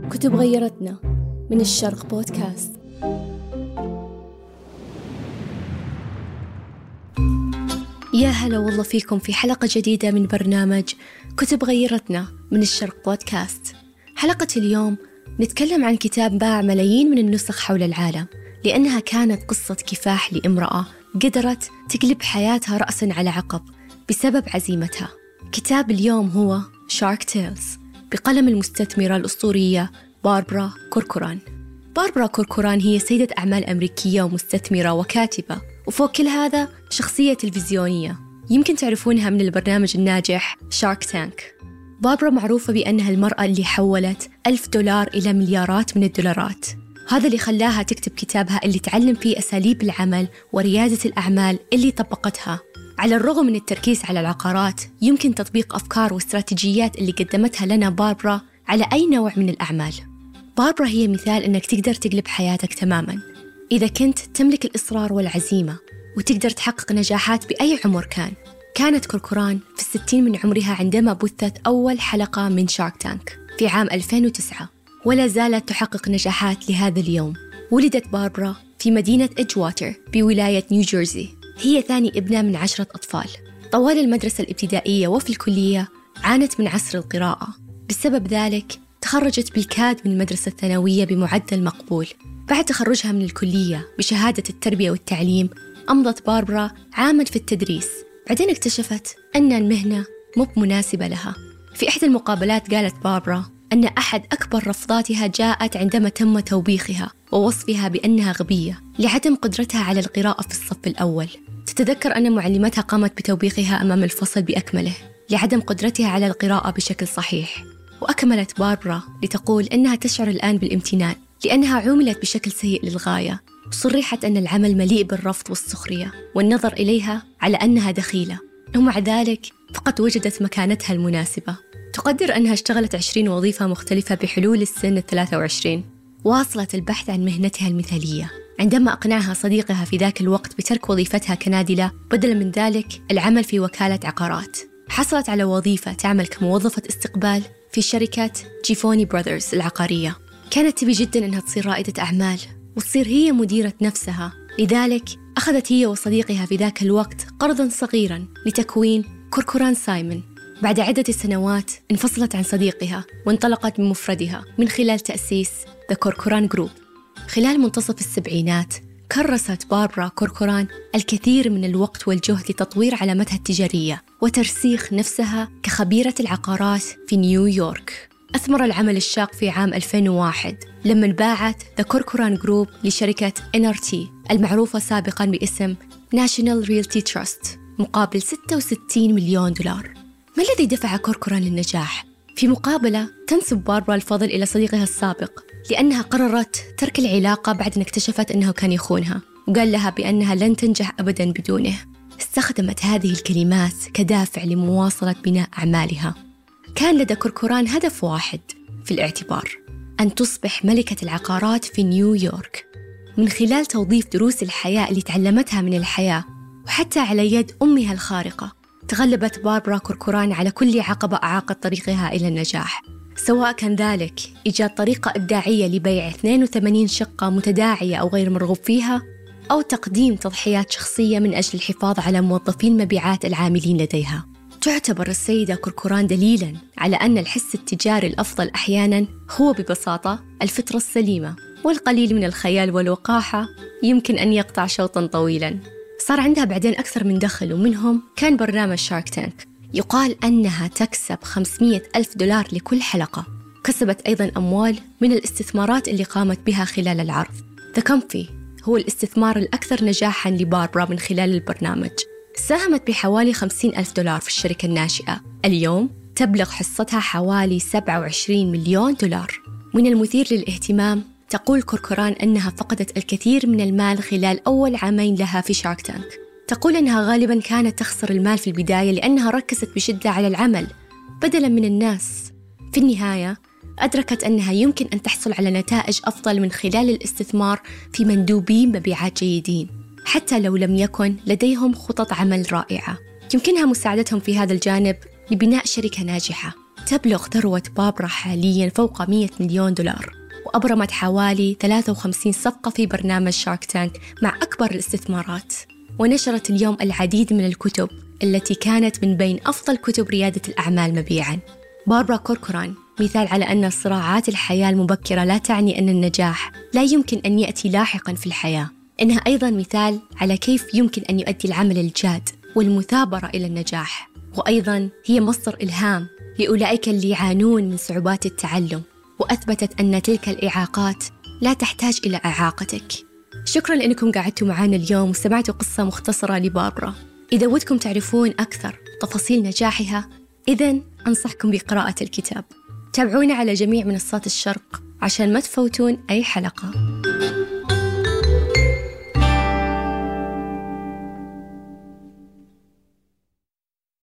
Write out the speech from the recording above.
كتب غيرتنا من الشرق بودكاست. يا هلا والله فيكم في حلقة جديدة من برنامج كتب غيرتنا من الشرق بودكاست. حلقة اليوم نتكلم عن كتاب باع ملايين من النسخ حول العالم لأنها كانت قصة كفاح لامرأة قدرت تقلب حياتها رأساً على عقب بسبب عزيمتها. كتاب اليوم هو شارك تيلز بقلم المستثمرة الأسطورية باربرا كوركوران. باربرا كوركوران هي سيدة أعمال أمريكية ومستثمرة وكاتبة، وفوق كل هذا شخصية تلفزيونية يمكن تعرفونها من البرنامج الناجح شارك تانك. باربرا معروفة بأنها المرأة اللي حولت $1000 إلى مليارات من الدولارات. هذا اللي خلاها تكتب كتابها اللي تعلم فيه أساليب العمل وريادة الأعمال اللي طبقتها. على الرغم من التركيز على العقارات، يمكن تطبيق أفكار واستراتيجيات اللي قدمتها لنا باربرا على أي نوع من الأعمال. باربرا هي مثال إنك تقدر تقلب حياتك تماماً إذا كنت تملك الإصرار والعزيمة وتقدر تحقق نجاحات بأي عمر كان. كانت كوركوران في 60 من عمرها عندما بثت أول حلقة من شارك تانك في عام 2009، ولا زالت تحقق نجاحات لهذا اليوم. ولدت باربرا في مدينة إدجواتر بولاية نيوجيرسي. هي ثاني ابنة من 10 أطفال. طوال المدرسة الابتدائية وفي الكلية عانت من عسر القراءة، بسبب ذلك تخرجت بالكاد من المدرسة الثانوية بمعدل مقبول. بعد تخرجها من الكلية بشهادة التربية والتعليم، أمضت باربرا عاماً في التدريس. بعدين اكتشفت أن المهنة مو مناسبة لها. في إحدى المقابلات قالت باربرا أن أحد أكبر رفضاتها جاءت عندما تم توبيخها ووصفها بأنها غبية لعدم قدرتها على القراءة في الصف الأول. تتذكر أن معلمتها قامت بتوبيخها أمام الفصل بأكمله لعدم قدرتها على القراءة بشكل صحيح. وأكملت باربرا لتقول أنها تشعر الآن بالامتنان لأنها عُملت بشكل سيء للغاية، وصرحت أن العمل مليء بالرفض والسخرية والنظر إليها على أنها دخيلة، ومع ذلك فقط وجدت مكانتها المناسبة. تقدر أنها اشتغلت 20 وظيفة مختلفة بحلول السن 23. واصلت البحث عن مهنتها المثالية عندما أقنعها صديقها في ذاك الوقت بترك وظيفتها كنادلة بدلا من ذلك العمل في وكالة عقارات. حصلت على وظيفة تعمل كموظفة استقبال في شركة جيفوني براذرز العقارية. كانت تبي جدا أنها تصير رائدة أعمال وتصير هي مديرة نفسها، لذلك أخذت هي وصديقها في ذاك الوقت قرضا صغيرا لتكوين كوركوران سايمون. بعد عدة سنوات انفصلت عن صديقها وانطلقت بمفردها من خلال تأسيس The كوركوران جروب. خلال منتصف السبعينات كرست باربرا كوركوران الكثير من الوقت والجهد لتطوير علامتها التجارية وترسيخ نفسها كخبيرة العقارات في نيويورك. أثمر العمل الشاق في عام 2001 لما باعت The كوركوران جروب لشركة NRT المعروفة سابقاً باسم National Realty Trust مقابل $66 مليون. ما الذي دفع كوركوران للنجاح؟ في مقابلة تنسب باربرا الفضل إلى صديقها السابق لأنها قررت ترك العلاقة بعد أن اكتشفت أنه كان يخونها، وقال لها بأنها لن تنجح أبداً بدونه. استخدمت هذه الكلمات كدافع لمواصلة بناء أعمالها. كان لدى كوركوران هدف واحد في الاعتبار: أن تصبح ملكة العقارات في نيويورك من خلال توظيف دروس الحياة اللي تعلمتها من الحياة وحتى على يد أمها الخارقة. تغلبت باربرا كوركوران على كل عقبة أعاقت طريقها إلى النجاح، سواء كان ذلك إيجاد طريقة إبداعية لبيع 82 شقة متداعية أو غير مرغوب فيها، أو تقديم تضحيات شخصية من أجل الحفاظ على موظفين مبيعات العاملين لديها. تعتبر السيدة كوركوران دليلاً على أن الحس التجاري الأفضل أحياناً هو ببساطة الفطرة السليمة، والقليل من الخيال والوقاحة يمكن أن يقطع شوطاً طويلاً. صار عندها بعدين أكثر من دخل، ومنهم كان برنامج شارك تانك. يقال أنها تكسب $500,000 لكل حلقة. كسبت أيضاً أموال من الاستثمارات اللي قامت بها خلال العرض. The Comfy هو الاستثمار الأكثر نجاحاً لباربرا من خلال البرنامج. ساهمت بحوالي $50,000 في الشركة الناشئة. اليوم تبلغ حصتها حوالي $27 مليون. من المثير للاهتمام تقول كوركوران أنها فقدت الكثير من المال خلال أول عامين لها في شارك تانك. تقول أنها غالباً كانت تخسر المال في البداية لأنها ركزت بشدة على العمل بدلاً من الناس. في النهاية أدركت أنها يمكن أن تحصل على نتائج أفضل من خلال الاستثمار في مندوبين مبيعات جيدين، حتى لو لم يكن لديهم خطط عمل رائعة. يمكنها مساعدتهم في هذا الجانب لبناء شركة ناجحة تبلغ ثروة باربرا حالياً فوق 100 مليون دولار، وأبرمت حوالي 53 صفقة في برنامج شارك تانك مع أكبر الاستثمارات. ونشرت اليوم العديد من الكتب التي كانت من بين أفضل كتب ريادة الأعمال مبيعاً. باربرا كوركوران مثال على أن صراعات الحياة المبكرة لا تعني أن النجاح لا يمكن أن يأتي لاحقاً في الحياة، إنها أيضاً مثال على كيف يمكن أن يؤدي العمل الجاد والمثابرة إلى النجاح، وأيضاً هي مصدر إلهام لأولئك اللي يعانون من صعوبات التعلم، وأثبتت أن تلك الإعاقات لا تحتاج إلى إعاقتك. شكراً لأنكم قعدتوا معنا اليوم وسمعتوا قصة مختصرة لباربرا. إذا ودكم تعرفون أكثر تفاصيل نجاحها، إذن أنصحكم بقراءة الكتاب. تابعونا على جميع منصات الشرق عشان ما تفوتون أي حلقة.